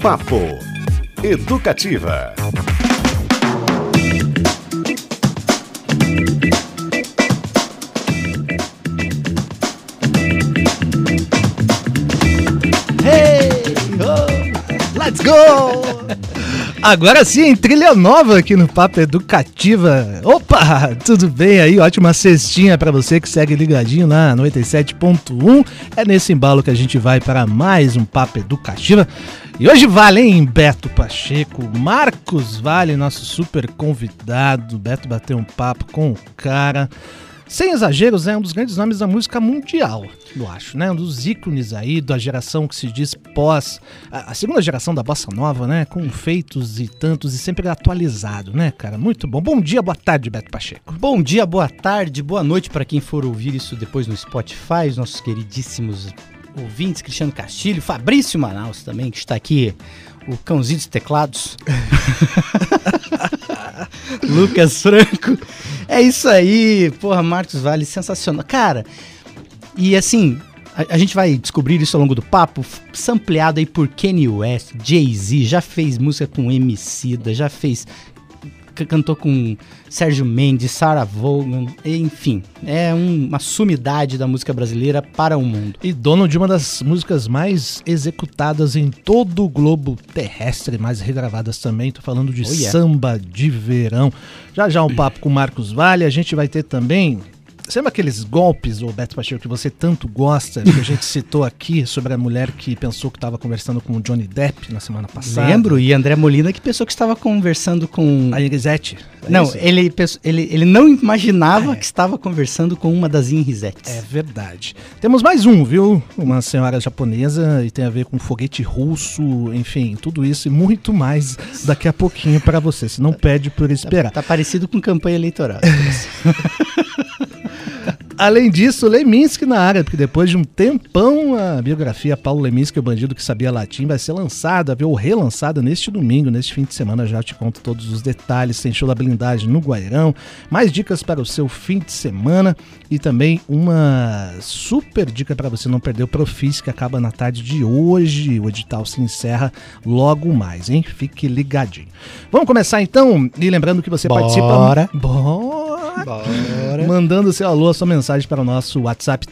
Papo Educativa. Hey, oh, let's go! Agora sim, trilha nova aqui no Papo Educativa. Opa, tudo bem aí? Ótima cestinha pra você que segue ligadinho na 97.1. É nesse embalo que a gente vai para mais um Papo Educativa. E hoje vale, hein, Beto Pacheco, Marcos Valle, nosso super convidado. Beto bateu um papo com o cara. Sem exageros, é um dos grandes nomes da música mundial, eu acho, né? Um dos ícones aí da geração que se diz pós... A segunda geração da Bossa Nova, né? Com feitos e tantos e sempre atualizado, né, cara? Muito bom. Bom dia, boa tarde, Beto Pacheco. Bom dia, boa tarde, boa noite para quem for ouvir isso depois no Spotify, os nossos queridíssimos ouvintes, Cristiano Castilho, Fabrício Manaus também, que está aqui, o cãozinho dos teclados. Lucas Franco. É isso aí, porra, Marcos Valle, sensacional. Cara, e assim, a gente vai descobrir isso ao longo do papo, sampleado aí por Kanye West, Jay-Z, já fez música com Emicida, já fez... cantou com Sérgio Mendes, Sarah Vaughan, enfim, é uma sumidade da música brasileira para o mundo. E dono de uma das músicas mais executadas em todo o globo terrestre, mais regravadas também, tô falando de Samba de Verão. Já já um papo com o Marcos Valle, a gente vai ter também... Sabe aqueles golpes, ô Beto Pacheco, que você tanto gosta, que a gente citou aqui sobre a mulher que pensou que estava conversando com o Johnny Depp na semana passada? Lembro, e André Molina que pensou que estava conversando com... A Elisete? Não, ele não imaginava que estava conversando com uma das Inrisetes. É verdade. Temos mais um, viu? Uma senhora japonesa e tem a ver com foguete russo, enfim, tudo isso e muito mais daqui a pouquinho para você, se não pede por esperar. Tá parecido com campanha eleitoral. Além disso, Leminski na área, porque depois de um tempão a biografia Paulo Leminski, o bandido que sabia latim, vai ser lançada, ou relançada neste domingo, neste fim de semana. Já te conto todos os detalhes. Tem show da Blindagem no Guairão, mais dicas para o seu fim de semana e também uma super dica para você não perder o Profis, que acaba na tarde de hoje. O edital se encerra logo mais, hein? Fique ligadinho. Vamos começar então, e lembrando que você participa... Bora! Mandando seu alô, a sua mensagem para o nosso WhatsApp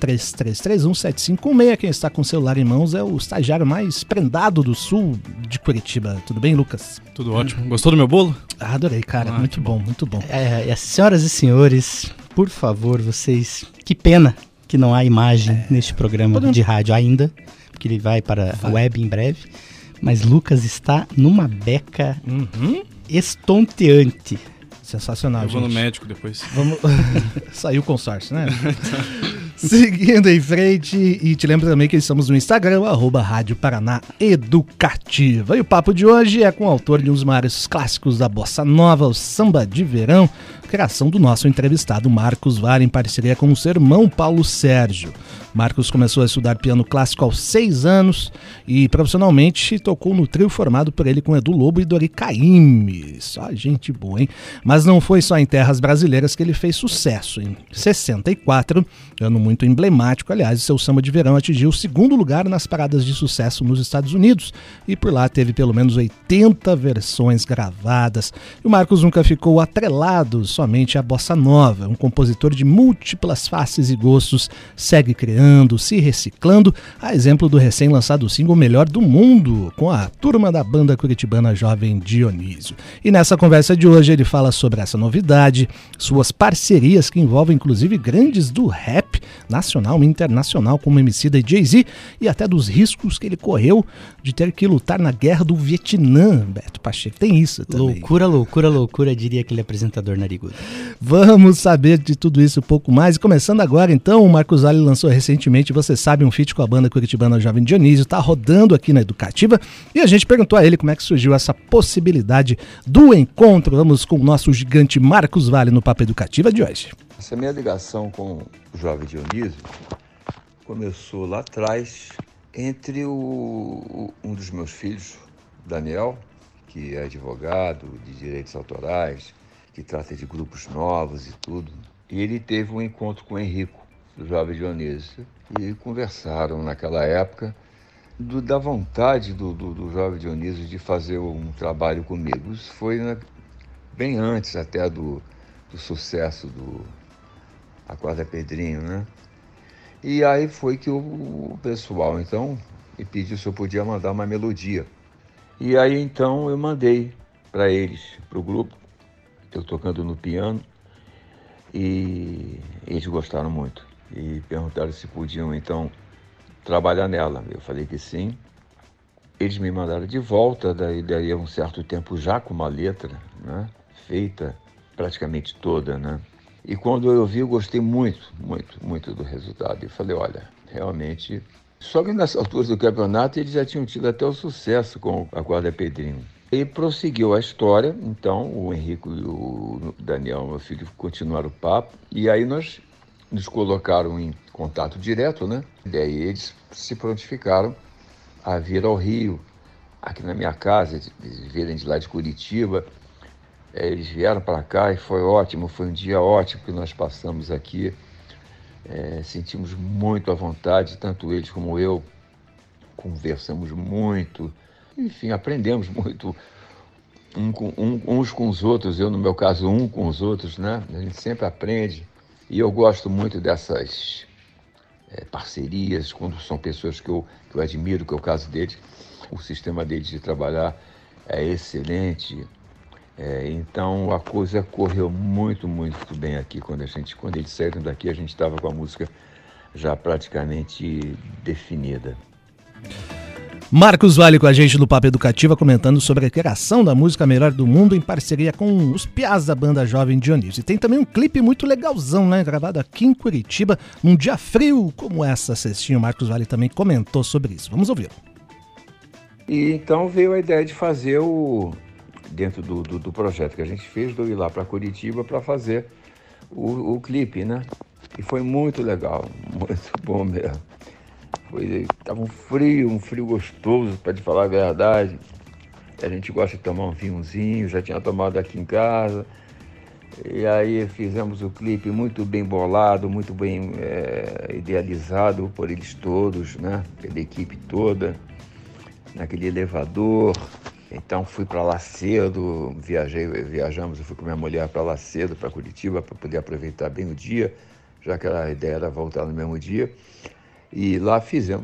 33317516. Quem está com o celular em mãos é o estagiário mais prendado do sul de Curitiba. Tudo bem, Lucas? Tudo ótimo. Gostou do meu bolo? Adorei, cara. Muito bom, muito bom. Senhoras e senhores, por favor, vocês... Que pena que não há imagem neste programa de rádio ainda, porque ele vai para a web em breve. Mas Lucas está numa beca estonteante. Sensacional, gente. Eu vou no médico depois. Vamos... Saiu o consórcio, né? Seguindo em frente, e te lembro também que estamos no Instagram, @Rádio Paraná Educativa. E o papo de hoje é com o autor de um dos maiores clássicos da Bossa Nova, o Samba de Verão, criação do nosso entrevistado Marcos Valle, em parceria com o seu irmão Paulo Sérgio. Marcos começou a estudar piano clássico aos 6 anos e profissionalmente tocou no trio formado por ele com Edu Lobo e Dori Caymmi. Só gente boa, hein? Mas não foi só em terras brasileiras que ele fez sucesso. Em 64, ano muito emblemático, aliás, seu Samba de Verão atingiu o 2º lugar nas paradas de sucesso nos Estados Unidos e por lá teve pelo menos 80 versões gravadas. E o Marcos nunca ficou atrelado somente à Bossa Nova, um compositor de múltiplas faces e gostos, segue criando, se reciclando, a exemplo do recém-lançado single Melhor do Mundo, com a turma da banda curitibana Jovem Dionísio. E nessa conversa de hoje ele fala sobre essa novidade, suas parcerias que envolvem inclusive grandes do rap nacional e internacional como Emicida e Jay-Z, e até dos riscos que ele correu de ter que lutar na guerra do Vietnã. Beto Pacheco, tem isso também. Loucura, loucura, loucura, diria aquele apresentador narigudo. Vamos saber de tudo isso um pouco mais. E começando agora, então, o Marcos Valle lançou recentemente, você sabe, um feat com a banda curitibana Jovem Dionísio, tá rodando aqui na Educativa, e a gente perguntou a ele como é que surgiu essa possibilidade do encontro. Vamos com o nosso gigante Marcos Valle no Papo Educativa de hoje. Essa minha ligação com o Jovem Dionísio começou lá atrás entre um dos meus filhos, Daniel, que é advogado de direitos autorais, que trata de grupos novos e tudo. E ele teve um encontro com o Henrico, do Jovem Dionísio, e conversaram naquela época Da vontade do jovem Dionísio de fazer um trabalho comigo. Isso foi, né, bem antes até do sucesso do Acorda Pedrinho, né? E aí foi que o pessoal, então, me pediu se eu podia mandar uma melodia. E aí, então, eu mandei para eles, para o grupo, eu tocando no piano, e eles gostaram muito. E perguntaram se podiam, então, trabalhar nela. Eu falei que sim. Eles me mandaram de volta, daí a um certo tempo já com uma letra, né, feita praticamente toda, né? E quando eu vi, eu gostei muito, muito, muito do resultado. E falei, olha, realmente... Só que nessa altura do campeonato eles já tinham tido até o sucesso com a Acorda Pedrinho. E prosseguiu a história, então o Henrico e o Daniel, meu filho, continuaram o papo. E aí nos colocaram em contato direto, né? E aí eles se prontificaram a vir ao Rio, aqui na minha casa, eles vierem de lá de Curitiba. Eles vieram para cá e foi ótimo, foi um dia ótimo que nós passamos aqui. Sentimos muito à vontade, tanto eles como eu, conversamos muito, enfim, aprendemos muito uns com os outros, eu no meu caso um com os outros, né? A gente sempre aprende e eu gosto muito dessas parcerias, quando são pessoas que eu admiro, que é o caso deles. O sistema deles de trabalhar é excelente. Então a coisa correu muito, muito bem aqui. Quando eles saíram daqui, a gente estava com a música já praticamente definida. Marcos Valle com a gente no Papo Educativa, comentando sobre a criação da música melhor do mundo em parceria com os piás da banda Jovem Dionísio. E tem também um clipe muito legalzão, né? Gravado aqui em Curitiba, num dia frio como essa cestinha. O Marcos Valle também comentou sobre isso. Vamos ouvir. E então veio a ideia de fazer dentro do projeto que a gente fez, de eu ir lá para Curitiba para fazer o clipe, né? E foi muito legal, muito bom mesmo. Tava um frio gostoso, para te falar a verdade. A gente gosta de tomar um vinhozinho, já tinha tomado aqui em casa. E aí fizemos o clipe muito bem bolado, muito bem idealizado por eles todos, né? Pela equipe toda, naquele elevador. Então fui para lá cedo, viajamos, eu fui com minha mulher para lá cedo, para Curitiba, para poder aproveitar bem o dia, já que a ideia era voltar no mesmo dia. E lá ficamos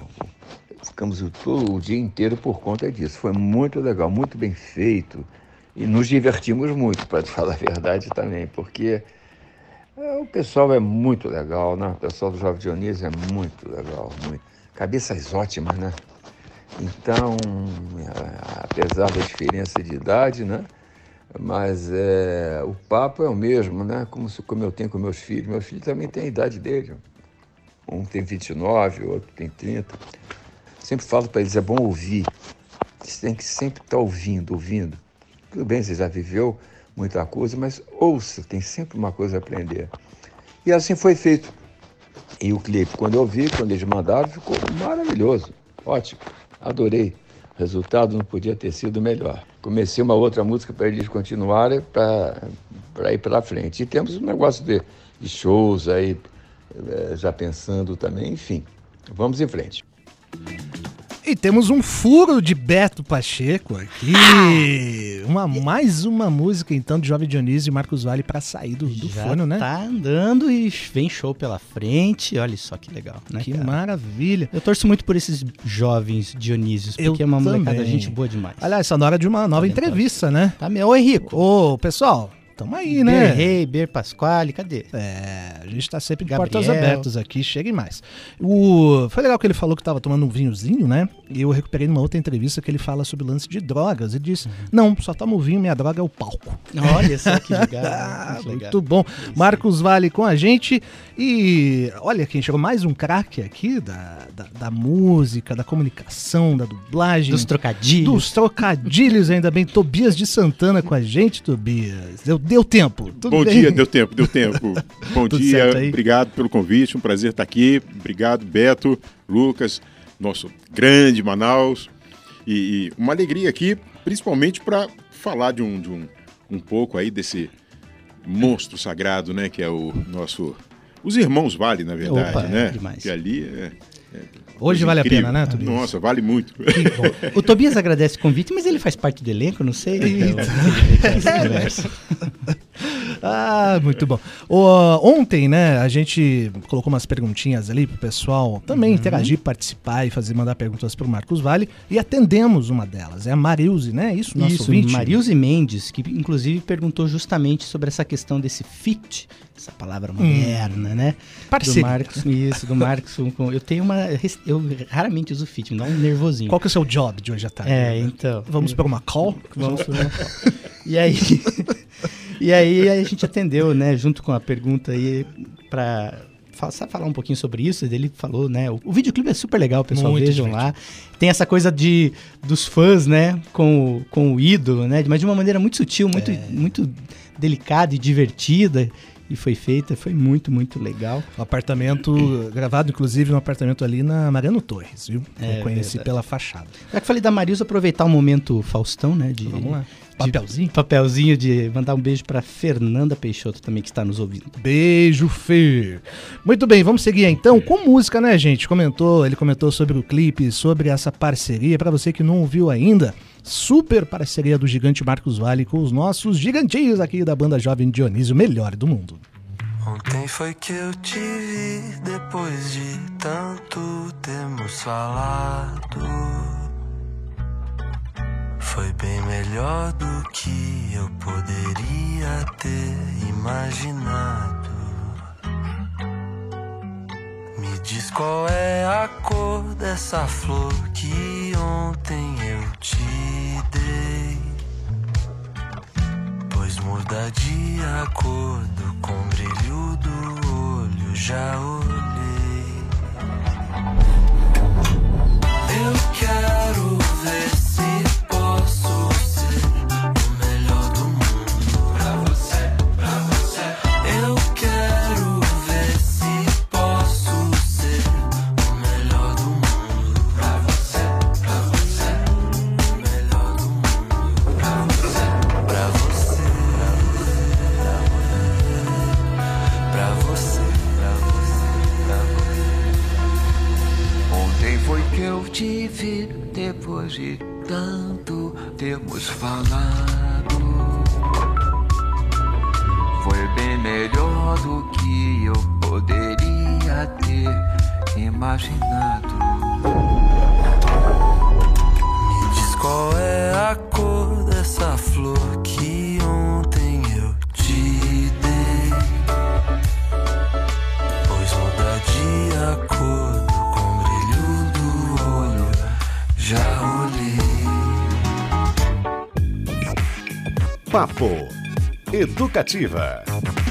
todo o dia inteiro por conta disso. Foi muito legal, muito bem feito. E nos divertimos muito, para te falar a verdade também, porque o pessoal é muito legal, né? O pessoal do Jovem Dionísio é muito legal, muito. Cabeças ótimas, né? Então, apesar da diferença de idade, né? Mas o papo é o mesmo, né? Como eu tenho com meus filhos. Meus filhos também têm a idade deles. Um tem 29, o outro tem 30. Sempre falo para eles, é bom ouvir. Você tem que sempre estar ouvindo. Tudo bem, você já viveu muita coisa, mas ouça, tem sempre uma coisa a aprender. E assim foi feito. E o clipe, quando eu vi, quando eles mandaram, ficou maravilhoso, ótimo, adorei. O resultado não podia ter sido melhor. Comecei uma outra música para eles continuarem, para ir para frente. E temos um negócio de shows aí, já pensando também, enfim, vamos em frente. E temos um furo de Beto Pacheco aqui. Mais uma música, então, de Jovem Dionísio e Marcos Valle para sair do forno, né? Tá andando e vem show pela frente. Olha só que legal, né, Que cara? Maravilha. Eu torço muito por esses jovens Dionísios, porque Eu é uma molecada, também. gente boa demais. Aliás, tá na hora de uma nova entrevista, né? Tá, ô Henrico. Ô, pessoal, tamo aí, né? Ber Rei, Ber Pasquale, cadê? A gente tá sempre de Gabriel. portas abertas aqui, cheguem mais. Foi legal que ele falou que tava tomando um vinhozinho, né? E eu recuperei numa outra entrevista que ele fala sobre o lance de drogas. Ele disse, não, só tomo vinho, minha droga é o palco. Olha só que legal. Muito bom. Marcos Valle com a gente. E olha quem chegou, mais um craque aqui da música, da comunicação, da dublagem. Dos trocadilhos. Dos trocadilhos, ainda bem. Tobias de Santana com a gente, Tobias. Deu tempo. Tudo Bom bem? dia, deu tempo. Bom Tudo dia, certo aí? obrigado pelo convite, um prazer estar aqui. Obrigado, Beto, Lucas, nosso grande Manaus. E uma alegria aqui, principalmente para falar de um pouco aí desse monstro sagrado, né, que é o nosso... Os irmãos Valle, na verdade, Opa, né? demais. Que ali Hoje Coisa vale incrível. a pena, né, Tobias? Nossa, vale muito. Que bom. O Tobias agradece o convite, mas ele faz parte do elenco, não sei. Ah, muito bom. Ontem, né, a gente colocou umas perguntinhas ali pro pessoal também interagir, participar e mandar perguntas pro Marcos Vale e atendemos uma delas. É a Marilze, né? Isso, nosso ouvinte. Marilze Mendes, que inclusive perguntou justamente sobre essa questão desse fit, essa palavra moderna, né? Parceria. Do Marcos, isso, do Marcos. Eu raramente uso fit, me dá um nervosinho. Qual que é o seu job de hoje à tarde? Então. Vamos para uma call? Vamos para uma call. E aí a gente atendeu, né, junto com a pergunta aí, pra falar um pouquinho sobre isso. Ele falou, né, o videoclipe é super legal, pessoal, Muito vejam divertido. lá. Tem essa coisa dos fãs, né, com o ídolo, né, mas de uma maneira muito sutil, muito delicada e divertida. E foi muito, muito legal. O apartamento, gravado inclusive no apartamento ali na Mariano Torres, viu? Eu conheci verdade. pela fachada. Já que falei da Marilza, aproveitar o momento Faustão, né, Vamos lá. de papelzinho de mandar um beijo pra Fernanda Peixoto também, que está nos ouvindo. Beijo, Fer. Muito bem, vamos seguir então com música, né, gente? Ele comentou sobre o clipe, sobre essa parceria. Pra você que não ouviu ainda, super parceria do gigante Marcos Vale com os nossos gigantinhos aqui da banda Jovem Dionísio, melhor do mundo. Ontem foi que eu te vi, depois de tanto termos falado. Foi bem melhor do que eu poderia ter imaginado. Me diz qual é a cor dessa flor que ontem eu te dei, pois muda de acordo com o brilho do olho, já olhei. Eu quero ver se posso ser o melhor do mundo pra você, pra você. Eu quero ver se posso ser o melhor do mundo pra você, pra você. O melhor do mundo pra você, pra você, pra você, pra você, pra você. Ontem foi que eu te vi, depois de tanto termos falado. Foi bem melhor do que eu poderia ter imaginado. Me diz qual é a cor dessa flor que ontem eu te dei, pois muda de acordo com o brilho do olho, já olhei. Papo Educativa.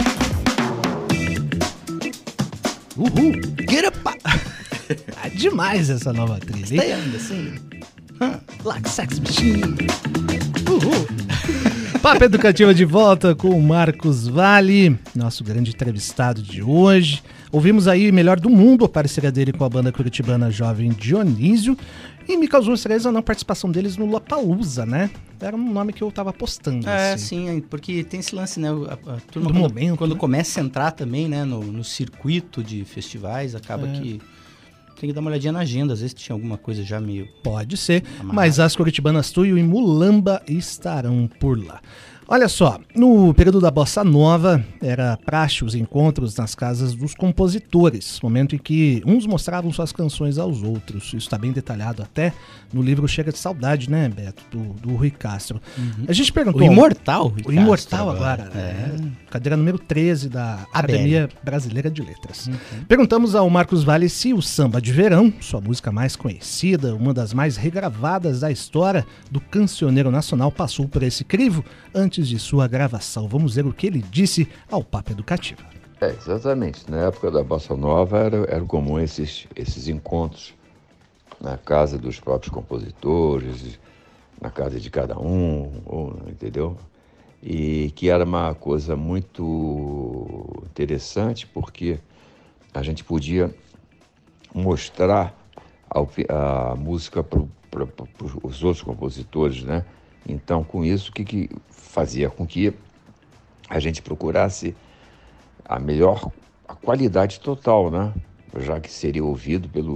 Uhul! Get up! Tá demais essa nova trilha, hein? Está assim. Like Sex Machine. Uhul! Papo Educativa de volta com o Marcos Vale, nosso grande entrevistado de hoje. Ouvimos aí Melhor do Mundo, a parceria dele com a banda curitibana Jovem Dionísio. E me causou estranheza a não participação deles no Lollapalooza, né? Era um nome que eu tava apostando. Sim, porque tem esse lance, né? A turma, Do momento, quando né? começa a entrar também, né, no circuito de festivais, acaba que tem que dar uma olhadinha na agenda. Às vezes tinha alguma coisa já meio... Pode ser, Amarrado. mas as curitibanas Tuyo e Mulamba estarão por lá. Olha só, no período da Bossa Nova, era praxe os encontros nas casas dos compositores, momento em que uns mostravam suas canções aos outros. Isso está bem detalhado até no livro Chega de Saudade, né, Beto, do Rui Castro. A gente perguntou... O Imortal. Rui O Imortal Castro agora. Cadeira número 13 da ABL. Academia Brasileira de Letras. Perguntamos ao Marcos Vale se o Samba de Verão, sua música mais conhecida, uma das mais regravadas da história do cancioneiro nacional, passou por esse crivo antes de sua gravação. Vamos ver o que ele disse ao Papo Educativa. Exatamente. Na época da Bossa Nova era comum esses encontros na casa dos próprios compositores, na casa de cada um, entendeu? E que era uma coisa muito interessante, porque a gente podia mostrar a música para os outros compositores, né? Então, com isso, o que fazia com que a gente procurasse a qualidade total, né? Já que seria ouvido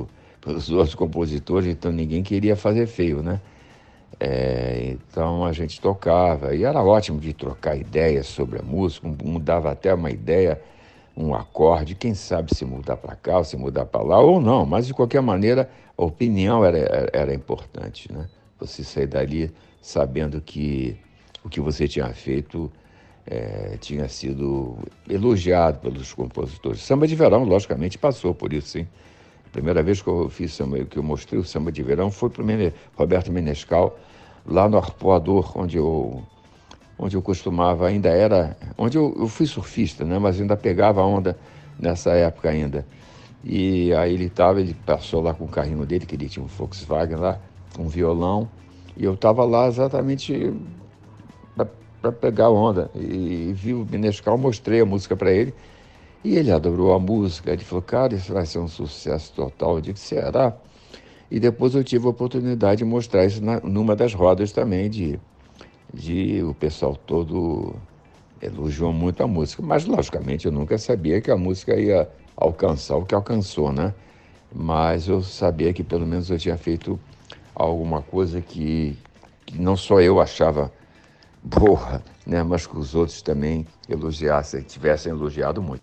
pelos outros compositores, então ninguém queria fazer feio, né? Então a gente tocava, e era ótimo de trocar ideias sobre a música, mudava até uma ideia, um acorde, quem sabe se mudar para cá, ou se mudar para lá, ou não, mas de qualquer maneira a opinião era importante, né? Você sair dali sabendo que o que você tinha feito tinha sido elogiado pelos compositores. Samba de Verão, logicamente, passou por isso, sim. A primeira vez que eu fiz que eu mostrei o Samba de Verão foi para o Roberto Menescal, lá no Arpoador, onde eu costumava, ainda era... Onde eu fui surfista, né? Mas ainda pegava onda nessa época ainda. E aí ele passou lá com o carrinho dele, que ele tinha um Volkswagen lá, um violão, e eu estava lá exatamente para pegar onda. E vi o Menescal, mostrei a música para ele, e ele adorou a música. Ele falou, cara, isso vai ser um sucesso total. Eu disse, será? E depois eu tive a oportunidade de mostrar isso numa das rodas também, o pessoal todo elogiou muito a música. Mas, logicamente, eu nunca sabia que a música ia alcançar o que alcançou, né? Mas eu sabia que pelo menos eu tinha feito alguma coisa que não só eu achava boa, né? Mas que os outros também tivessem elogiado muito.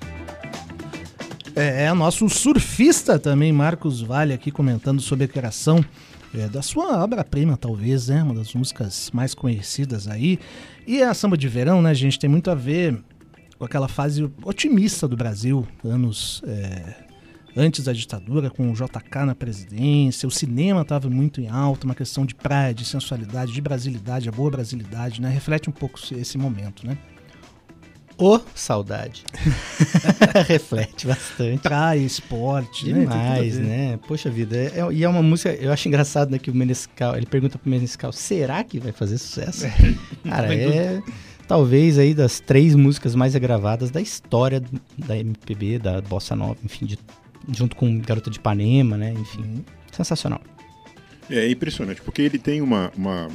Nosso surfista também, Marcos Valle, aqui comentando sobre a criação da sua obra-prima, talvez, né? Uma das músicas mais conhecidas aí. E a Samba de Verão, né, gente, tem muito a ver com aquela fase otimista do Brasil, anos antes da ditadura, com o JK na presidência. O cinema estava muito em alta, uma questão de praia, de sensualidade, de brasilidade, a boa brasilidade, né? Reflete um pouco esse momento, né? Saudade. Reflete bastante. Praia, esporte, demais, né? Poxa vida, e é uma música, eu acho engraçado, né, que o Menescal, ele pergunta pro Menescal, será que vai fazer sucesso? Cara, talvez aí das 3 músicas mais gravadas da história da MPB, da Bossa Nova, enfim, junto com Garota de Ipanema, né? Enfim, sensacional. É impressionante, porque ele tem uma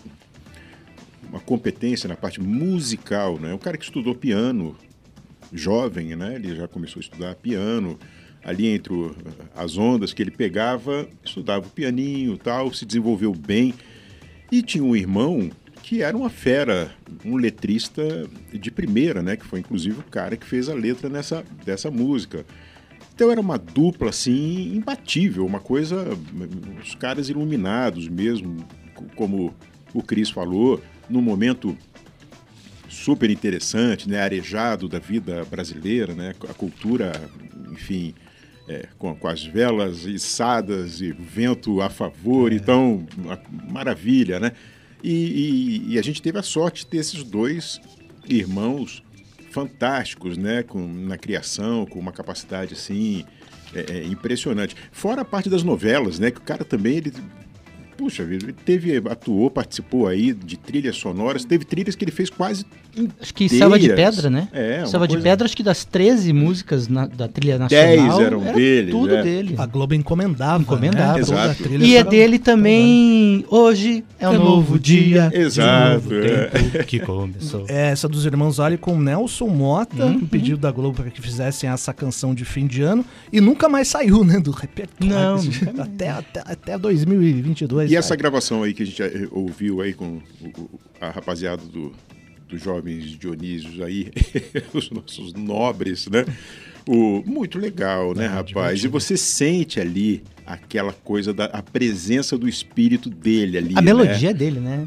competência na parte musical, né? Um cara que estudou piano jovem, né? Ele já começou a estudar piano, ali entre as ondas que ele pegava, estudava o pianinho e tal, se desenvolveu bem. E tinha um irmão que era uma fera, um letrista de primeira, né? Que foi inclusive o cara que fez a letra dessa música. Então era uma dupla, assim, imbatível, uma coisa, os caras iluminados mesmo, como o Cris falou, num momento super interessante, né, arejado da vida brasileira, né, a cultura, enfim, com as velas içadas e vento a favor, então, maravilha, né? E a gente teve a sorte de ter esses 2 irmãos fantásticos, né, na criação, com uma capacidade, assim, impressionante. Fora a parte das novelas, né, que o cara também, puxa vida, atuou, participou aí de trilhas sonoras, teve trilhas que ele fez quase inteiras. Acho que Selva de Pedra, né? Selva de Pedra, acho que das 13 músicas da trilha nacional, 10 eram dele. Tudo dele. A Globo encomendava. Né? Exato. E é dele também, hoje é um novo dia. Exato. Tempo que começou. Essa dos irmãos Olhe com Nelson Mota, um pedido da Globo para que fizessem essa canção de fim de ano, e nunca mais saiu, né, do repertório. Não. Até 2022. E essa gravação aí que a gente ouviu aí com a rapaziada dos jovens Dionísios aí, os nossos nobres, né? Muito legal, né, rapaz? Divertido. E você sente ali aquela coisa a presença do espírito dele ali, a melodia dele, né?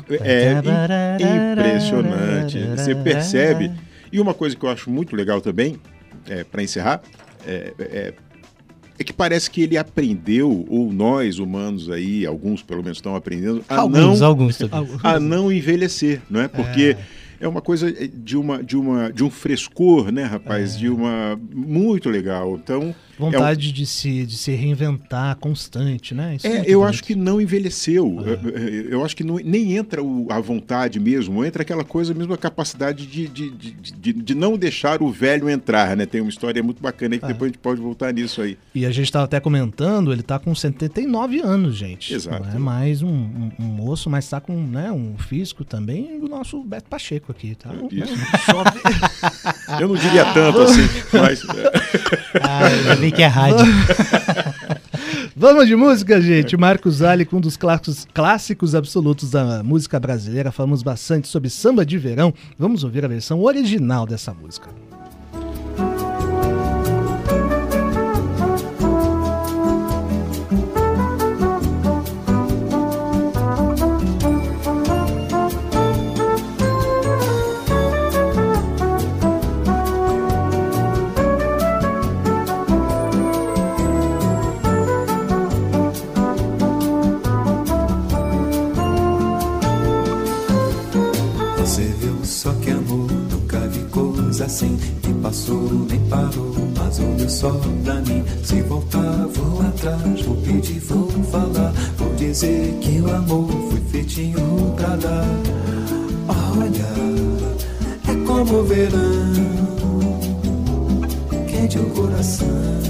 É impressionante. Você percebe. E uma coisa que eu acho muito legal também, para encerrar, é que parece que ele aprendeu, ou nós humanos aí, alguns pelo menos estão aprendendo, a não envelhecer, não é? Porque é uma coisa de um frescor, né, rapaz? Muito legal. Então, vontade de se reinventar constante, né? Isso eu acho que não envelheceu. Eu acho que nem entra a vontade mesmo, entra aquela coisa mesmo, a capacidade de não deixar o velho entrar, né? Tem uma história muito bacana aí que depois a gente pode voltar nisso aí. E a gente estava até comentando, ele está com 79 anos, gente. Exato. Não é mais um moço, mas está com, né, um físico também do nosso Beto Pacheco aqui, tá? Isso. Eu não diria tanto assim, mas... Ainda bem que é rádio. Vamos de música, gente. Marcos Valle, com um dos clássicos absolutos da música brasileira. Falamos bastante sobre samba de verão. Vamos ouvir a versão original dessa música. Você viu só que amor, nunca vi coisa assim. Que passou nem parou, mas olhou só pra mim. Se voltar, vou atrás, vou pedir, vou falar. Vou dizer que o amor foi feitinho pra dar. Olha, é como o verão, quente o coração.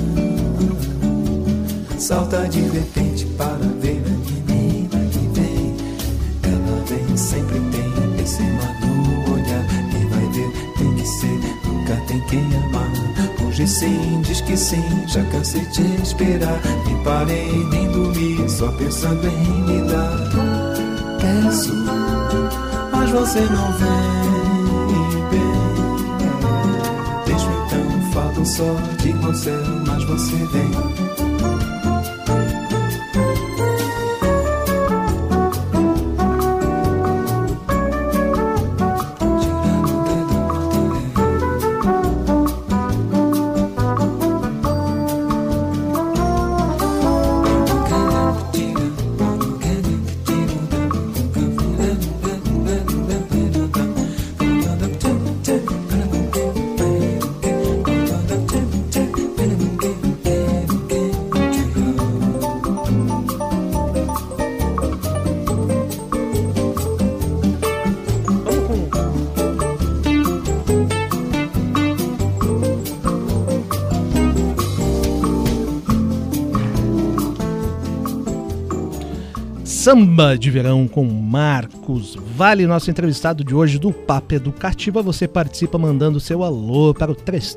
Salta de repente para ver a menina que vem. Ela vem, sempre tem esse mar no olhar. E vai ver, tem que ser, nunca tem quem amar. Hoje sim, diz que sim, já cansei de esperar. Nem parei, nem dormi, só pensando em me dar. Peço, mas você não vem bem. Deixo então, falo só de você, mas você vem. Samba de Verão com Marcos Valle, nosso entrevistado de hoje do Papo Educativa. Você participa mandando seu alô para o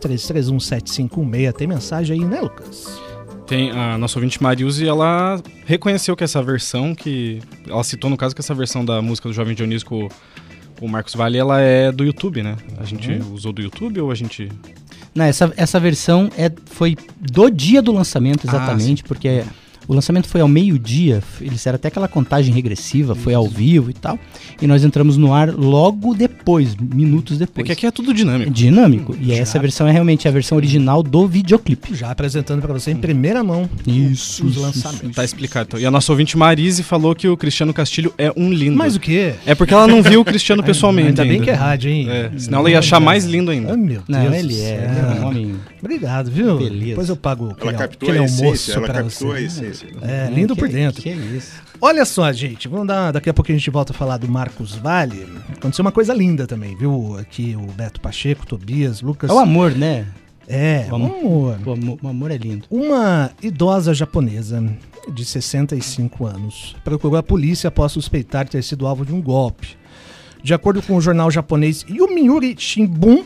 33317516. Tem mensagem aí, né, Lucas? Tem a nossa ouvinte Marilze, ela reconheceu que essa versão, que ela citou no caso que essa versão da música do Jovem Dionísio com o Marcos Valle, ela é do YouTube, né? A gente usou do YouTube ou a gente... Não, essa versão foi do dia do lançamento, exatamente, porque o lançamento foi ao meio-dia, eles fizeram até aquela contagem regressiva, foi ao vivo e tal, e nós entramos no ar logo depois, minutos depois. Porque aqui é tudo dinâmico. Dinâmico, e essa versão é realmente a versão original do videoclipe. Já apresentando para você em primeira mão os lançamentos. Tá explicado. Então. E a nossa ouvinte Marise falou que o Cristiano Castilho é um lindo. Mas o quê? É porque ela não viu o Cristiano pessoalmente ainda. Bem que é rádio, hein? Senão ela ia achar mais lindo ainda. Ah, meu Deus. Não, ele é um homem... Obrigado, viu? Beleza. Depois eu pago Ela captou a essência, ela captou a essência. É, lindo por dentro. Que é isso. Olha só, gente, daqui a pouquinho a gente volta a falar do Marcos Valle. Aconteceu uma coisa linda também, viu? Aqui o Beto Pacheco, Tobias, Lucas... É o amor, né? É, o amor. O amor é lindo. Uma idosa japonesa de 65 anos procurou a polícia após suspeitar ter sido alvo de um golpe. De acordo com o jornal japonês Yomiuri Shimbun...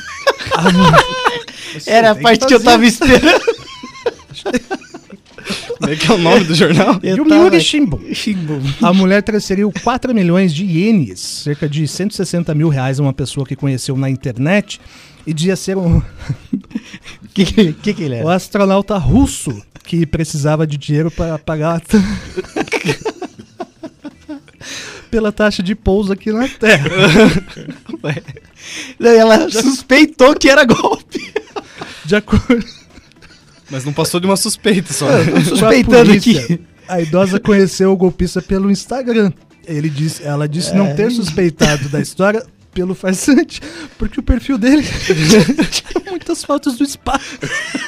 Era a parte que eu tava esperando. Como é que é o nome do jornal? Yomiuri Shimbun. A mulher transferiu 4 milhões de ienes, cerca de 160 mil reais, a uma pessoa que conheceu na internet e dizia ser um... que ele era? O astronauta russo que precisava de dinheiro para pagar pela taxa de pouso aqui na Terra. Ela suspeitou que era golpe. De acordo... Mas não passou de uma suspeita só. Suspeitando aqui. A idosa conheceu o golpista pelo Instagram. Ela disse não ter suspeitado da história pelo farsante, porque o perfil dele tinha muitas fotos do espaço.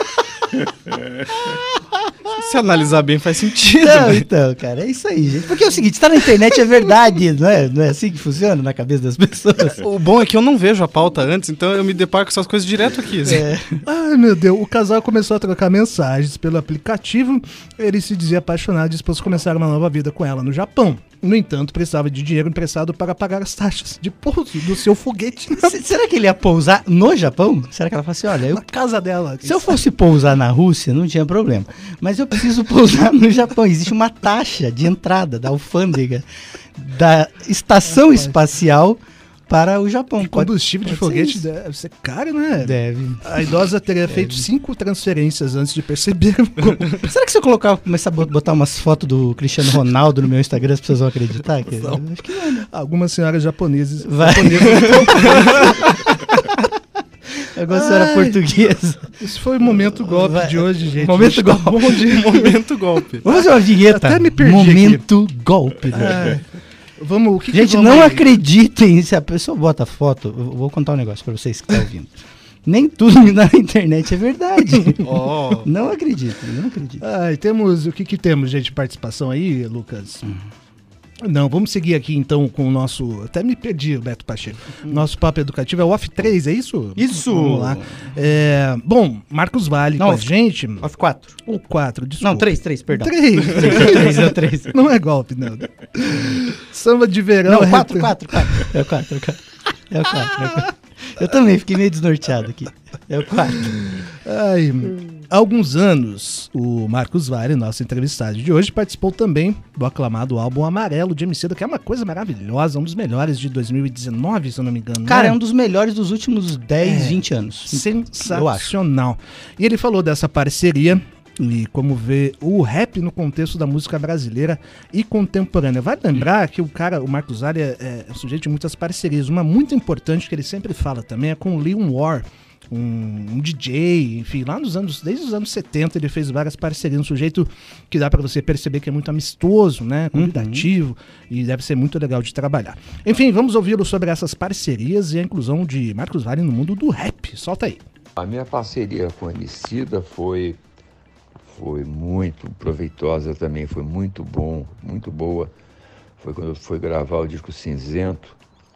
Se analisar bem, faz sentido. Não, né? então, cara, é isso aí, gente. Porque é o seguinte, tá na internet é verdade, não é assim que funciona na cabeça das pessoas? O bom é que eu não vejo a pauta antes, então eu me deparo com essas coisas direto aqui. Assim. Ai, meu Deus. O casal começou a trocar mensagens pelo aplicativo. Ele se dizia apaixonado e disposto a começar uma nova vida com ela no Japão. No entanto, precisava de dinheiro emprestado para pagar as taxas de pouso do seu foguete Será que ele ia pousar no Japão? Será que ela falou assim, olha, na casa dela. se eu fosse pousar na Rússia, não tinha problema. mas eu preciso pousar no Japão. Existe uma taxa de entrada da alfândega da estação espacial para o Japão. Combustível de pode foguete ser isso. deve ser caro, né? Deve. A idosa teria feito 5 transferências antes de perceber. Será que se eu começar a botar umas fotos do Cristiano Ronaldo no meu Instagram, as pessoas vão acreditar? Acho que não, né? Algumas senhoras japonesas. Vai. Alguma senhora portuguesa. Isso foi o momento golpe Vai. de hoje, gente. Momento Hoje tá golpe. bom de- Momento golpe. Vamos fazer uma vinheta. Até me perdi Momento golpe. É. Vamos, o que Gente, que vamos não aí? acreditem. Se a pessoa bota foto, eu vou contar um negócio pra vocês que estão ouvindo. Nem tudo na internet é verdade. Ó. Não acreditem, não acreditem. Ai, temos, o que que temos, gente, de participação aí, Lucas? Não, vamos seguir aqui então com o nosso... Até me perdi, Beto Pacheco. Nosso papo educativo é o Off 3, é isso? Isso! Vamos lá. Bom, Marcos Vale Não, com a Off- gente. Off 4. Ou 4, desculpa. Não, 3, perdão. 3. 3. Não é golpe, não. Samba de verão. Não, é 4. É o 4. Eu também fiquei meio desnorteado aqui. É o 4. Ai, há alguns anos, o Marcos Vale, nosso entrevistado de hoje, participou também do aclamado álbum Amarelo de Emicida, que é uma coisa maravilhosa, um dos melhores de 2019, se eu não me engano. Cara, né? é um dos melhores dos últimos 10, 20 anos. Sensacional. E ele falou dessa parceria e como vê o rap no contexto da música brasileira e contemporânea. Vai lembrar que o Marcos Vale é um sujeito de muitas parcerias. Uma muito importante que ele sempre fala também é com o Leon War, um DJ, enfim, lá desde os anos 70 ele fez várias parcerias, um sujeito que dá pra você perceber que é muito amistoso, né, convidativo, e deve ser muito legal de trabalhar. Enfim, vamos ouvi-lo sobre essas parcerias e a inclusão de Marcos Vale no mundo do rap. Solta aí. A minha parceria com o Emicida foi muito proveitosa também, foi muito boa. Foi quando eu fui gravar o disco Cinzento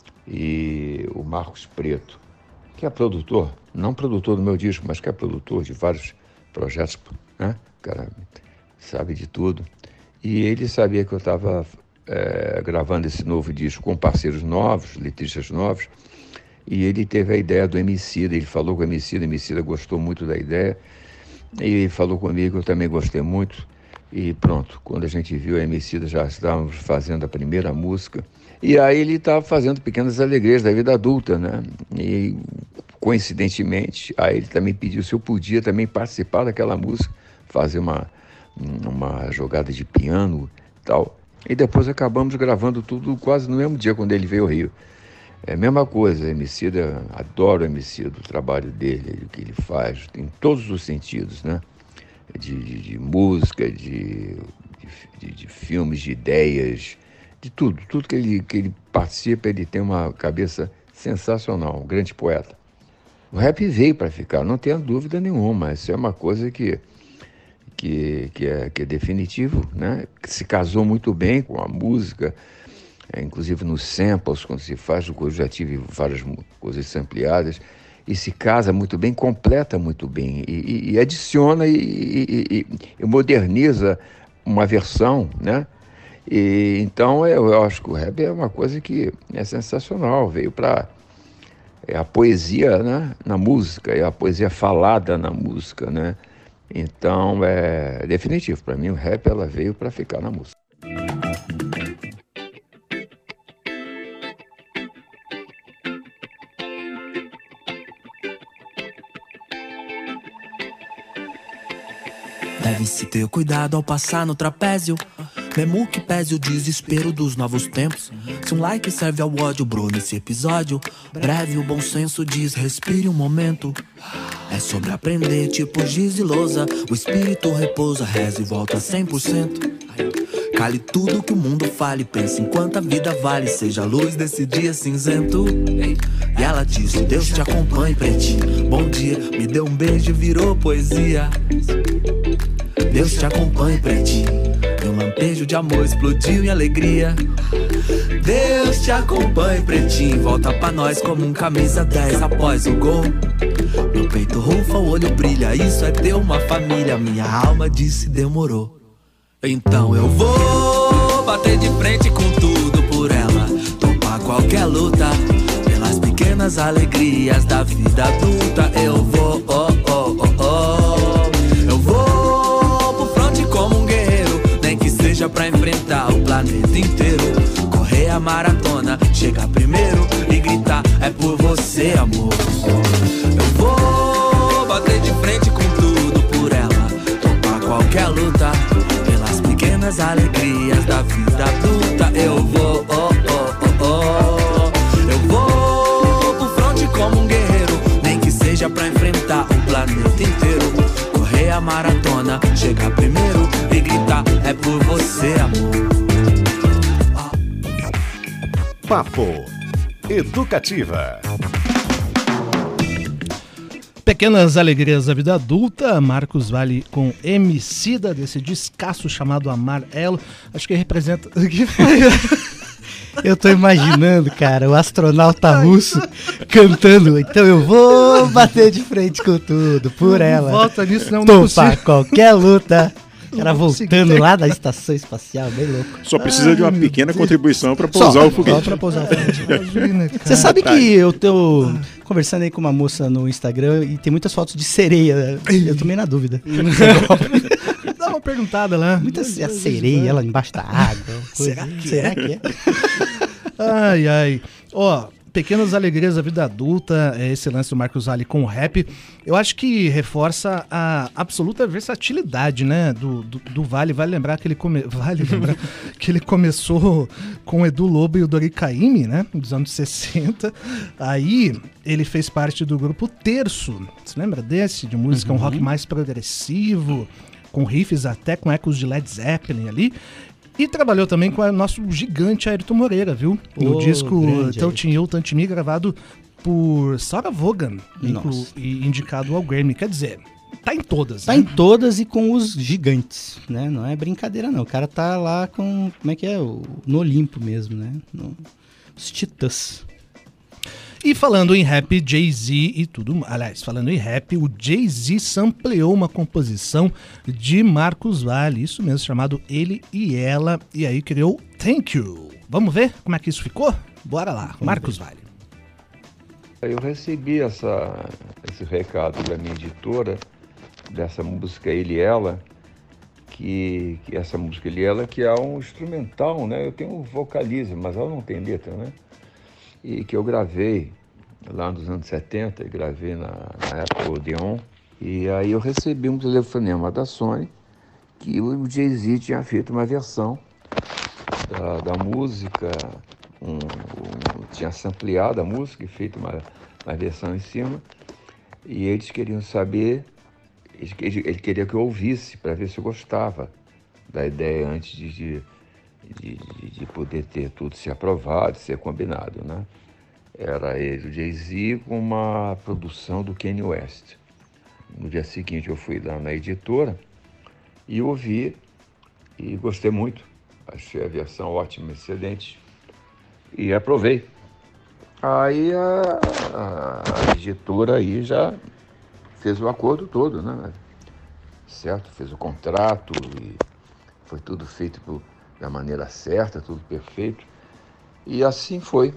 e o Marcos Preto, que é produtor, não produtor do meu disco, mas que é produtor de vários projetos, né? O cara sabe de tudo. E ele sabia que eu estava gravando esse novo disco com parceiros novos, letristas novos, e ele teve a ideia do Emicida, ele falou com o Emicida gostou muito da ideia, e falou comigo, eu também gostei muito, e pronto, quando a gente viu a Emicida, já estávamos fazendo a primeira música, e aí ele estava fazendo Pequenas Alegrias da Vida Adulta, né? E coincidentemente, aí ele também pediu se eu podia também participar daquela música, fazer uma jogada de piano e tal. E depois acabamos gravando tudo quase no mesmo dia, quando ele veio ao Rio. É a mesma coisa, Emicida, adoro o Emicida, o trabalho dele, o que ele faz, em todos os sentidos, né? De música, de filmes, de ideias, de tudo que ele participa, ele tem uma cabeça sensacional, um grande poeta. O rap veio para ficar, não tenha dúvida nenhuma, isso é uma coisa que é definitivo, né? Que se casou muito bem com a música, inclusive nos samples, quando se faz, eu já tive várias coisas sampleadas, e se casa muito bem, completa muito bem, e adiciona e moderniza uma versão, né? E, então eu acho que o rap é uma coisa que é sensacional, veio para a poesia, né, na música, é a poesia falada na música, né? Então é definitivo, para mim o rap ela veio para ficar na música. Deve-se ter cuidado ao passar no trapézio, mesmo que pese o desespero dos novos tempos. Se um like serve ao ódio, bro, nesse episódio breve, o bom senso diz, respire um momento. É sobre aprender, tipo giz e lousa, o espírito repousa, reza e volta 100%. Cale tudo que o mundo fale, pense enquanto a vida vale, seja a luz desse dia cinzento. E ela disse, Deus te acompanhe, pretinho, bom dia, me deu um beijo e virou poesia. Deus te acompanhe, pretinho, e um lampejo de amor explodiu em alegria. Deus te acompanhe, pretinho, volta pra nós como um camisa 10 após o gol. Meu peito rufa, o olho brilha, isso é ter uma família, minha alma disse demorou. Então eu vou bater de frente com tudo por ela, topar qualquer luta, pelas pequenas alegrias da vida adulta. Eu vou, eu vou pra enfrentar o planeta inteiro. Correr a maratona, chegar primeiro e gritar: é por você, amor. Eu vou bater de frente com tudo por ela, topar qualquer luta pelas pequenas alegrias da vida adulta. Eu vou, eu vou pro fronte como um guerreiro, nem que seja pra enfrentar o planeta inteiro. Correr a maratona, chegar primeiro e gritar: é por você, amor. Papo Educativa. Pequenas alegrias da vida adulta, Marcos Valle com Emicida, desse descasso chamado Amarelo. Acho que representa... Eu tô imaginando, cara, o astronauta russo cantando. Então eu vou bater de frente com tudo por ela. Volta nisso, não é Topar qualquer luta. O cara voltando lá da estação espacial, bem louco. Só precisa de uma pequena contribuição para pousar o foguete. Só pra pousar o foguete. Imagina, cara. Você sabe que eu tô conversando aí com uma moça no Instagram e tem muitas fotos de sereia. Eu tô meio na dúvida. Dá uma perguntada lá. Muitas a sereia, ela embaixo da água. Será que é? Ai, ai. Ó, pequenas alegrias da vida adulta, esse lance do Marcos Valle com o rap, eu acho que reforça a absoluta versatilidade, né, do Valle. Vale lembrar que ele começou com o Edu Lobo e o Dori Caymmi, né, nos anos 60. Aí ele fez parte do grupo Terço. Você lembra desse? De música, um rock mais progressivo, com riffs até com ecos de Led Zeppelin ali. E trabalhou também com o nosso gigante Ayrton Moreira, viu? No disco Touching You, Touch Me, gravado por Sarah Vaughan e indicado ao Grammy. Quer dizer, tá em todas, Tá né? em todas e com os gigantes, né? Não é brincadeira, não. O cara tá lá com, como é que é? No Olimpo mesmo, né? Os Titãs. E falando em rap, Jay-Z e tudo... Aliás, falando em rap, o Jay-Z sampleou uma composição de Marcos Valle, isso mesmo, chamado Ele e Ela, e aí criou Thank You. Vamos ver como é que isso ficou? Bora lá, Marcos Valle. Eu recebi esse recado da minha editora, dessa música Ele e Ela, que essa música Ele e Ela, que é um instrumental, né? Eu tenho um vocalismo, mas ela não tem letra, né? E que eu gravei lá nos anos 70, gravei na época Odeon, e aí eu recebi um telefonema da Sony que o Jay-Z tinha feito uma versão da música, tinha sampleado a música e feito uma versão em cima, e eles queriam saber, ele queria que eu ouvisse para ver se eu gostava da ideia antes de poder ter tudo ser aprovado, ser combinado, né? Era ele, o Jay-Z, com uma produção do Kanye West. No dia seguinte eu fui lá na editora e ouvi e gostei muito. Achei a versão ótima, excelente e aprovei. Aí a editora aí já fez o acordo todo, né? Certo? Fez o contrato e foi tudo feito da maneira certa, tudo perfeito. E assim foi.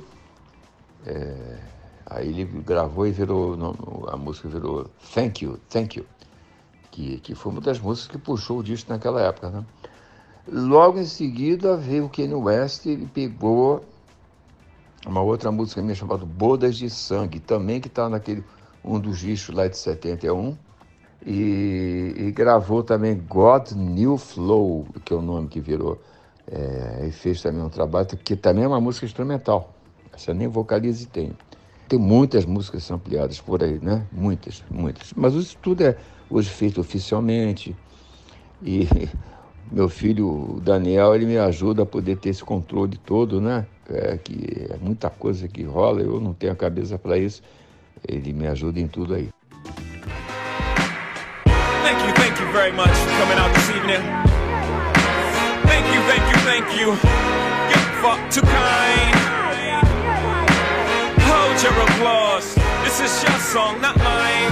Aí ele gravou e a música virou Thank You, que foi uma das músicas que puxou o disco naquela época, né? Logo em seguida veio o Kanye West e pegou uma outra música minha chamada Bodas de Sangue, também que está um dos discos lá de 71, e gravou também God New Flow, que é o nome que virou. E fez também um trabalho, que também é uma música instrumental. Essa nem vocaliza e tem. Tem muitas músicas ampliadas por aí, né? Muitas. Mas isso tudo é hoje feito oficialmente. E meu filho, o Daniel, ele me ajuda a poder ter esse controle todo, né? Que é muita coisa que rola, eu não tenho a cabeça para isso. Ele me ajuda em tudo aí. Thank you very much for coming out this evening. Thank you. You're far too kind. Hold your applause. This is your song, not mine.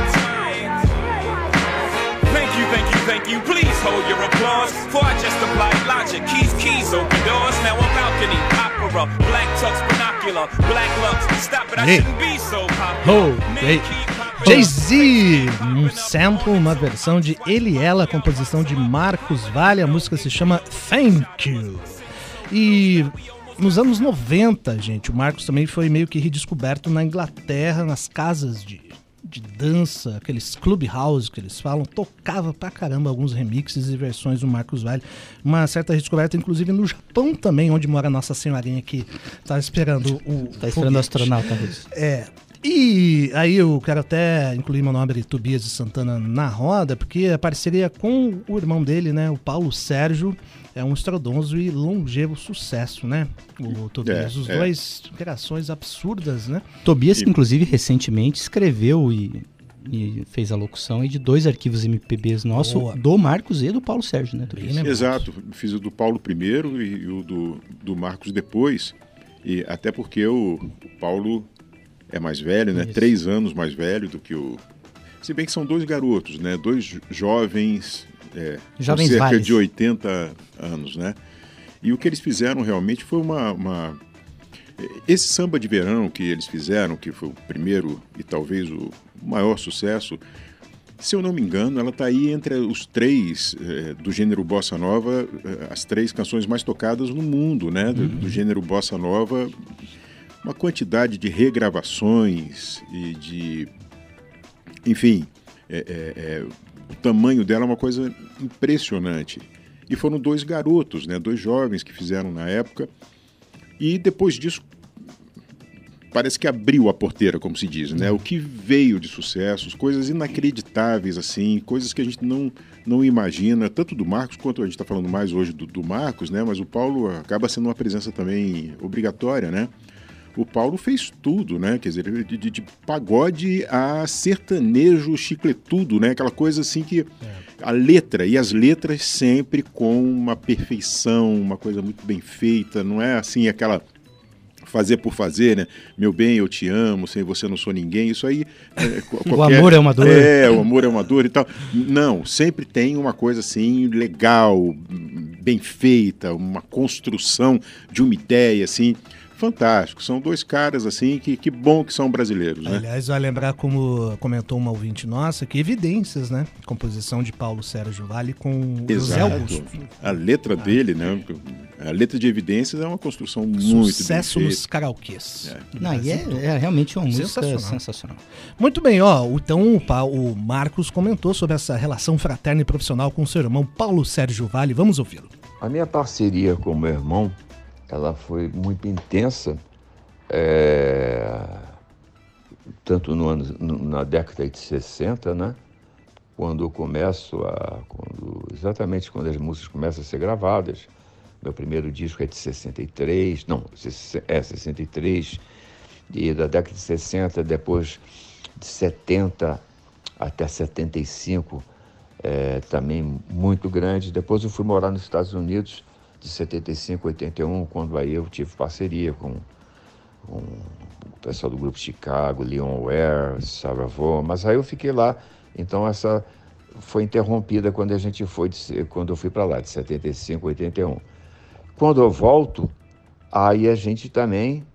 Thank you. Please hold your applause. For I just applied logic. Keys, open doors. Now I'm balcony, opera, black tux, binocular, black lux. Stop it, I shouldn't be so popular. Men keep popping Jay-Z, um sample, uma versão de Ele e Ela, composição de Marcos Valle, a música se chama Thank You. E nos anos 90, gente, o Marcos também foi meio que redescoberto na Inglaterra, nas casas de dança, aqueles clubhouse que eles falam, tocava pra caramba alguns remixes e versões do Marcos Valle. Uma certa redescoberta, inclusive, no Japão também, onde mora a Nossa Senhorinha que tá esperando o astronauta russo. E aí eu quero até incluir meu nome de Tobias de Santana na roda, porque a parceria com o irmão dele, né, o Paulo Sérgio, é um estrondoso e longevo sucesso, né? O Tobias, os dois interações absurdas, né? Tobias, que inclusive recentemente escreveu e fez a locução aí de 2 arquivos MPBs nossos, do Marcos e do Paulo Sérgio, né, Tobias? Exato, fiz o do Paulo primeiro e o do Marcos depois, e até porque o Paulo é mais velho, né? 3 anos mais velho do que o... Se bem que são 2 garotos, né? 2 jovens... Jovens com cerca vales. de 80 anos, né? E o que eles fizeram realmente foi esse samba de verão que eles fizeram, que foi o primeiro e talvez o maior sucesso, se eu não me engano, ela está aí entre os 3 do gênero Bossa Nova, as 3 canções mais tocadas no mundo, né? Do gênero Bossa Nova, uma quantidade de regravações e de... Enfim, o tamanho dela é uma coisa impressionante. E foram 2 garotos, né, 2 jovens que fizeram na época. E depois disso, parece que abriu a porteira, como se diz, né? O que veio de sucessos, coisas inacreditáveis, assim, coisas que a gente não imagina, tanto do Marcos, quanto a gente está falando mais hoje do Marcos, né? Mas o Paulo acaba sendo uma presença também obrigatória, né? O Paulo fez tudo, né? Quer dizer, de pagode a sertanejo chicletudo, né? Aquela coisa assim que a letra, e as letras sempre com uma perfeição, uma coisa muito bem feita, não é assim aquela fazer por fazer, né? Meu bem, eu te amo, sem você não sou ninguém, isso aí... O amor é uma dor. O amor é uma dor e tal. Não, sempre tem uma coisa assim legal, bem feita, uma construção de uma ideia, assim... Fantástico, são 2 caras assim que bom que são brasileiros, né? Aliás, vai lembrar, como comentou uma ouvinte nossa, que Evidências, né? Composição de Paulo Sérgio Valle com José Augusto. A letra dele, né? A letra de Evidências é uma construção muito sucesso bem nos karaokês. Não, e é realmente uma música sensacional. Muito bem, então o Marcos comentou sobre essa relação fraterna e profissional com seu irmão Paulo Sérgio Valle. Vamos ouvi-lo. A minha parceria com o meu irmão, ela foi muito intensa, tanto na década de 60, né? Quando exatamente quando as músicas começam a ser gravadas. Meu primeiro disco é de 63, 63, e da década de 60, depois de 70 até 75, também muito grande. Depois eu fui morar nos Estados Unidos, de 75 a 81, quando aí eu tive parceria com o pessoal do Grupo Chicago, Leon Ware, Sarah Vaughan, mas aí eu fiquei lá, então essa foi interrompida quando eu fui para lá, de 75 a 81. Quando eu volto, aí a gente também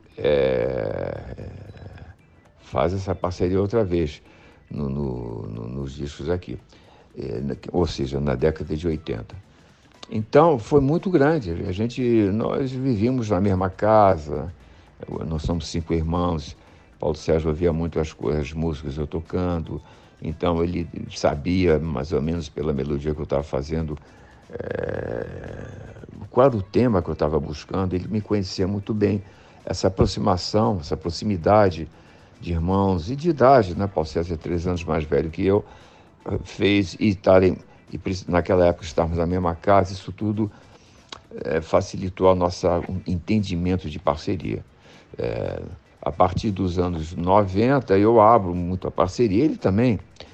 faz essa parceria outra vez nos discos aqui, ou seja, na década de 80. Então, foi muito grande. Nós vivíamos na mesma casa, nós somos 5 irmãos. Paulo Sérgio ouvia muito as músicas eu tocando, então ele sabia, mais ou menos pela melodia que eu estava fazendo, qual era o tema que eu estava buscando. Ele me conhecia muito bem. Essa aproximação, essa proximidade de irmãos e de idade, né? Paulo Sérgio é 3 anos mais velho que eu, fez e naquela época estarmos na mesma casa, isso tudo facilitou o nosso entendimento de parceria. A partir dos anos 90, eu abro muito a parceria, ele também.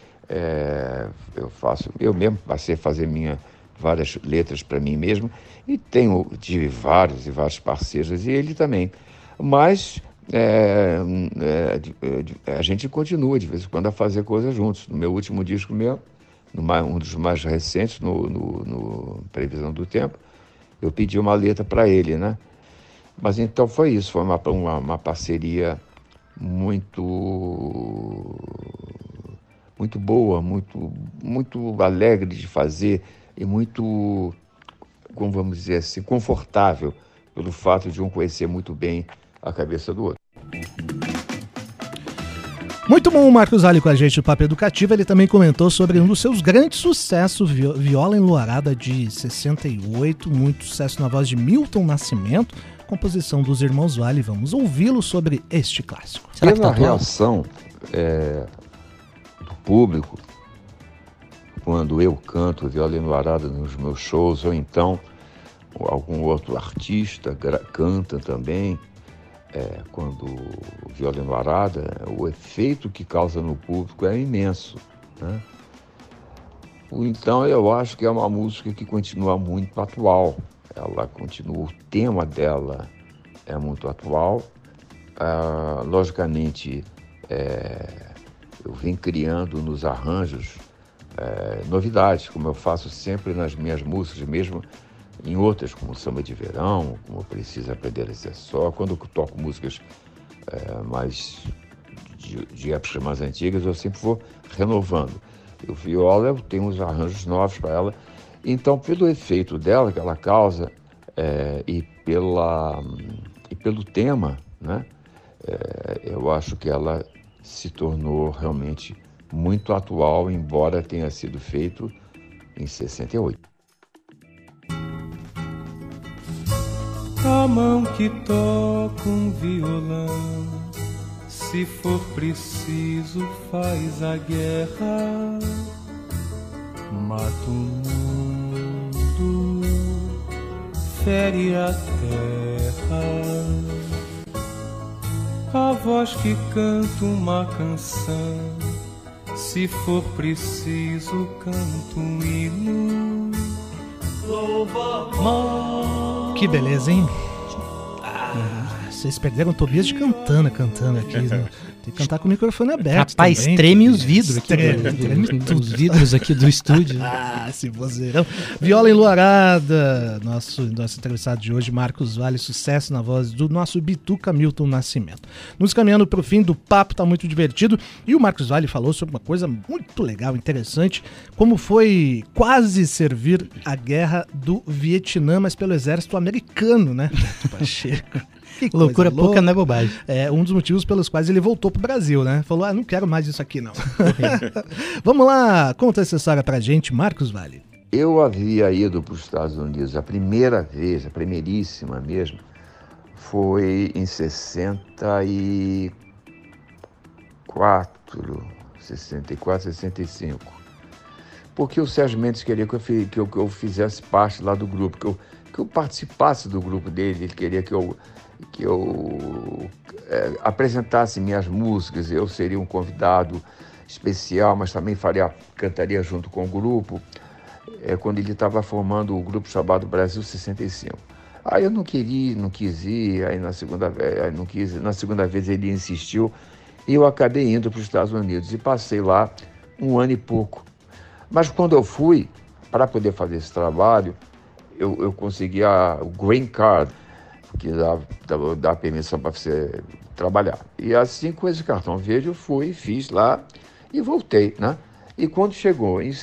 Eu mesmo passei a fazer várias letras para mim mesmo, e tive vários e vários parceiros, e ele também. Mas a gente continua de vez em quando a fazer coisas juntos. No meu último disco mesmo, um dos mais recentes, no Previsão do Tempo, eu pedi uma letra para ele, né? Mas então foi isso, foi uma parceria muito muito boa, muito alegre de fazer e muito, como vamos dizer assim, confortável pelo fato de um conhecer muito bem a cabeça do outro. Muito bom o Marcos Valle com a gente no Papo Educativo. Ele também comentou sobre um dos seus grandes sucessos, Viola Enluarada de 68, muito sucesso na voz de Milton Nascimento, composição dos irmãos Valle. Vamos ouvi-lo sobre este clássico. Será que tá atual? Reação do público quando eu canto Viola Enluarada nos meus shows, ou então algum outro artista canta também, quando Viola Enluarada, o efeito que causa no público é imenso, né? Então eu acho que é uma música que continua muito atual. Ela continua, o tema dela é muito atual. Logicamente, eu venho criando nos arranjos novidades, como eu faço sempre nas minhas músicas, mesmo em outras, como Samba de Verão, como Preciso Aprender a Ser Só. Quando eu toco músicas mais de épocas mais antigas, eu sempre vou renovando. E o Viola, eu tenho uns arranjos novos para ela. Então, pelo efeito dela que ela causa e pelo tema, né, eu acho que ela se tornou realmente muito atual, embora tenha sido feito em 68. A mão que toca um violão, se for preciso faz a guerra, mata o mundo, fere a terra. A voz que canta uma canção, se for preciso canto um hino. Que beleza, hein? Vocês perderam o Tobias de cantando aqui. Né? Tem que cantar com o microfone aberto. Rapaz, também, treme os vidros aqui. Treme Os vidros aqui do estúdio. Se vozeirão. Viola Enluarada, nosso entrevistado de hoje, Marcos Valle, sucesso na voz do nosso Bituca Milton Nascimento. Nos caminhando para o fim do papo, tá muito divertido. E o Marcos Valle falou sobre uma coisa muito legal, interessante, como foi quase servir a guerra do Vietnã, mas pelo exército americano, né? Pacheco. Que loucura pouca não é bobagem. É um dos motivos pelos quais ele voltou pro Brasil, né? Falou, não quero mais isso aqui, não. Vamos lá, conta essa história pra gente, Marcos Valle. Eu havia ido para os Estados Unidos a primeira vez, a primeiríssima mesmo, foi em 64, 65. Porque o Sérgio Mendes queria que eu fizesse parte lá do grupo, que eu participasse do grupo dele. Ele queria que eu apresentasse minhas músicas. Eu seria um convidado especial, mas também cantaria junto com o grupo, quando ele estava formando o grupo chamado Brasil 65. Aí eu não quis ir, aí na segunda vez ele insistiu, e eu acabei indo para os Estados Unidos e passei lá 1 ano e pouco. Mas quando eu fui, para poder fazer esse trabalho, eu consegui o Green Card, que dá permissão para você trabalhar. E assim, com esse cartão verde, eu fui, fiz lá e voltei, né? E quando chegou em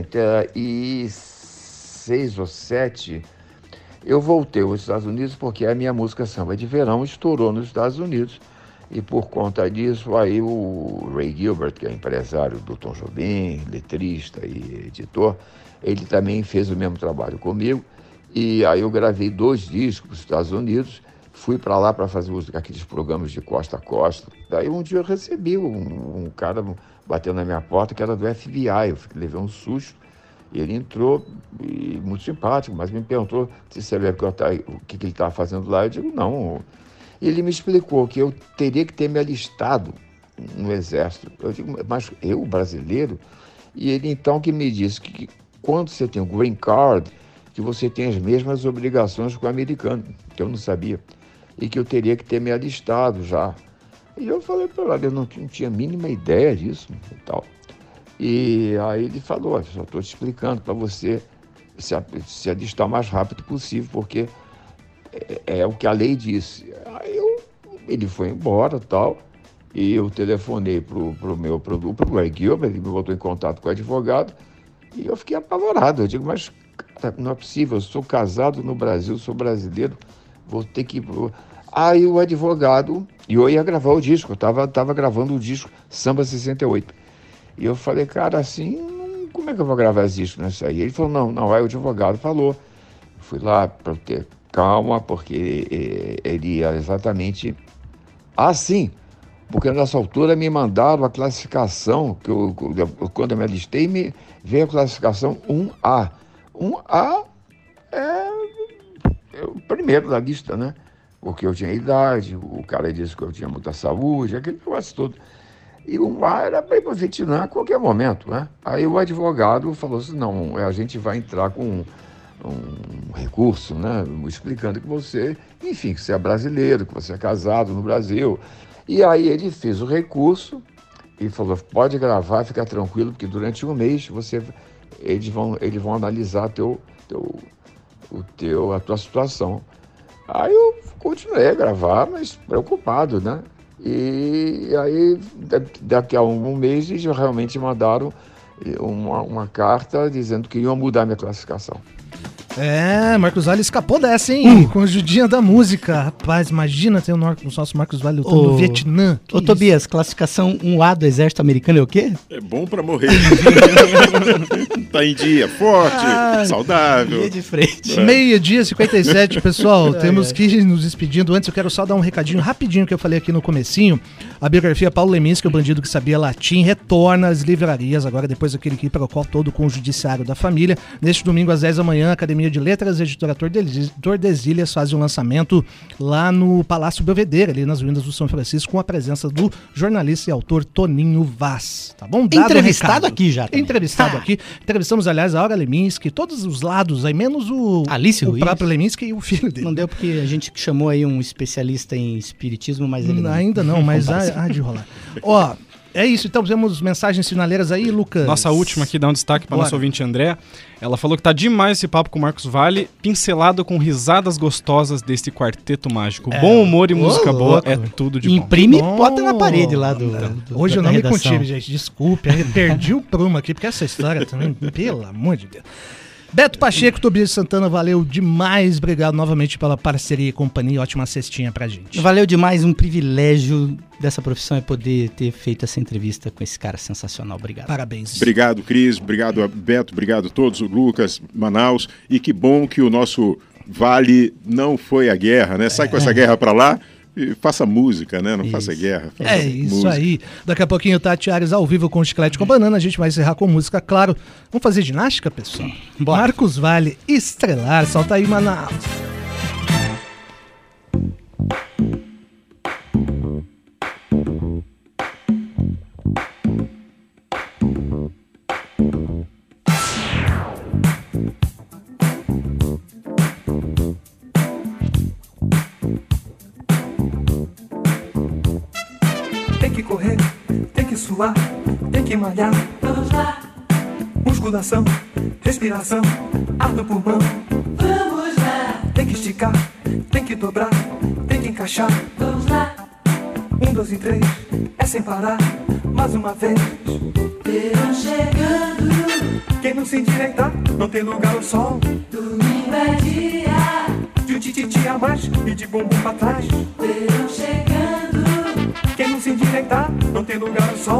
66 ou 7, eu voltei aos Estados Unidos porque a minha música Samba de Verão estourou nos Estados Unidos. E por conta disso, aí o Ray Gilbert, que é empresário do Tom Jobim, letrista e editor, ele também fez o mesmo trabalho comigo. E aí eu gravei 2 discos nos Estados Unidos, fui para lá para fazer aqueles programas de costa a costa. Daí um dia eu recebi um cara batendo na minha porta, que era do FBI, eu levei um susto. Ele entrou, e muito simpático, mas me perguntou se sabia o que ele estava fazendo lá. Eu digo, não. Ele me explicou que eu teria que ter me alistado no Exército. Eu digo, mas eu, brasileiro? E ele então que me disse que quando você tem o Green Card, que você tem as mesmas obrigações que o americano, que eu não sabia, e que eu teria que ter me alistado já. E eu falei para ele, eu não tinha a mínima ideia disso e tal. E aí ele falou, só estou te explicando para você se alistar o mais rápido possível, porque é o que a lei disse. Aí ele foi embora e tal, E eu telefonei pro Greg Gilbert, ele me botou em contato com o advogado, e eu fiquei apavorado. Eu digo, mas cara, não é possível, eu sou casado no Brasil, sou brasileiro, vou ter que... Aí o advogado, e eu ia gravar o disco, eu tava gravando o disco Samba 68. E eu falei, cara, assim, como é que eu vou gravar esse disco nessa aí? Ele falou, não, aí o advogado falou. Fui lá para ter calma, porque ele ia exatamente assim. Porque nessa altura me mandaram a classificação, quando eu me alistei, veio a classificação 1A. 1A é o primeiro da lista, né? Porque eu tinha idade, o cara disse que eu tinha muita saúde, aquele negócio todo. E o 1A era para ir para o Vietnã a qualquer momento, né? Aí o advogado falou assim, não, a gente vai entrar com um recurso, né? Explicando que você, enfim, que você é brasileiro, que você é casado no Brasil. E aí ele fez o recurso e falou, pode gravar, fica tranquilo, porque durante um mês eles vão analisar a tua situação. Aí eu continuei a gravar, mas preocupado, né? E aí, daqui a um mês, eles realmente mandaram uma carta dizendo que iam mudar minha classificação. Marcos Valle escapou dessa, hein? Com a ajudinha da música. Rapaz, imagina ter o nosso Marcos Valle lutando no Vietnã. Ô, Tobias, classificação 1A do exército americano é o quê? É bom pra morrer. Tá em dia, forte, saudável. Dia de frente. Meio-dia 57, pessoal. Temos que ir nos despedindo. Antes eu quero só dar um recadinho rapidinho que eu falei aqui no comecinho. A biografia Paulo Leminski, o bandido que sabia latim, retorna às livrarias agora depois daquele quiprocó todo com o Judiciário da Família. Neste domingo às 10 da manhã, a Academia de Letras e a Editora Tordesilhas fazem um lançamento lá no Palácio Belvedere, ali nas ruínas do São Francisco, com a presença do jornalista e autor Toninho Vaz. Tá bom? Dado entrevistado aqui já. Também. Entrevistado aqui. Entrevistamos, aliás, a Aura Leminski, todos os lados, aí menos o próprio Leminski e o filho dele. Não deu porque a gente chamou aí um especialista em espiritismo, mas ele ainda não, mas há de rolar. Ó, é isso, então temos mensagens finaleiras aí, Lucas. Nossa última aqui dá um destaque para nosso ouvinte André. Ela falou que tá demais esse papo com o Marcos Valle, pincelado com risadas gostosas desse quarteto mágico. Bom humor e música boa é tudo de bom. Imprime e bota na parede lá do Hoje eu não me contive, gente, desculpe, eu perdi o prumo aqui, porque essa história também, pelo amor de Deus. Beto Pacheco, Tobias Santana, valeu demais, obrigado novamente pela parceria e companhia, ótima cestinha pra gente. Valeu demais, um privilégio dessa profissão é poder ter feito essa entrevista com esse cara sensacional, obrigado. Parabéns. Obrigado, Cris, obrigado, Beto, obrigado a todos, o Lucas, Manaus, e que bom que o nosso Vale não foi à guerra, né? Sai com essa guerra pra lá. E faça música, né? Não faça guerra. Faça isso música. Aí. Daqui a pouquinho, Tati Ares ao vivo com o Chiclete com Banana. A gente vai encerrar com música, claro. Vamos fazer ginástica, pessoal? Bora. Marcos Valle, Estrelar. Solta aí, Manaus. Tem que correr, tem que suar, tem que malhar. Vamos lá. Musculação, respiração, ar no pulmão. Vamos lá. Tem que esticar, tem que dobrar, tem que encaixar. Vamos lá. 1, 2 e 3, é sem parar, mais uma vez. Verão chegando. Quem não se endireitar, não tem lugar ao sol. Domingo é dia de um tititi a mais e de bumbum pra trás. Verão chegando. Quem não se endireitar, não tem lugar ao sol.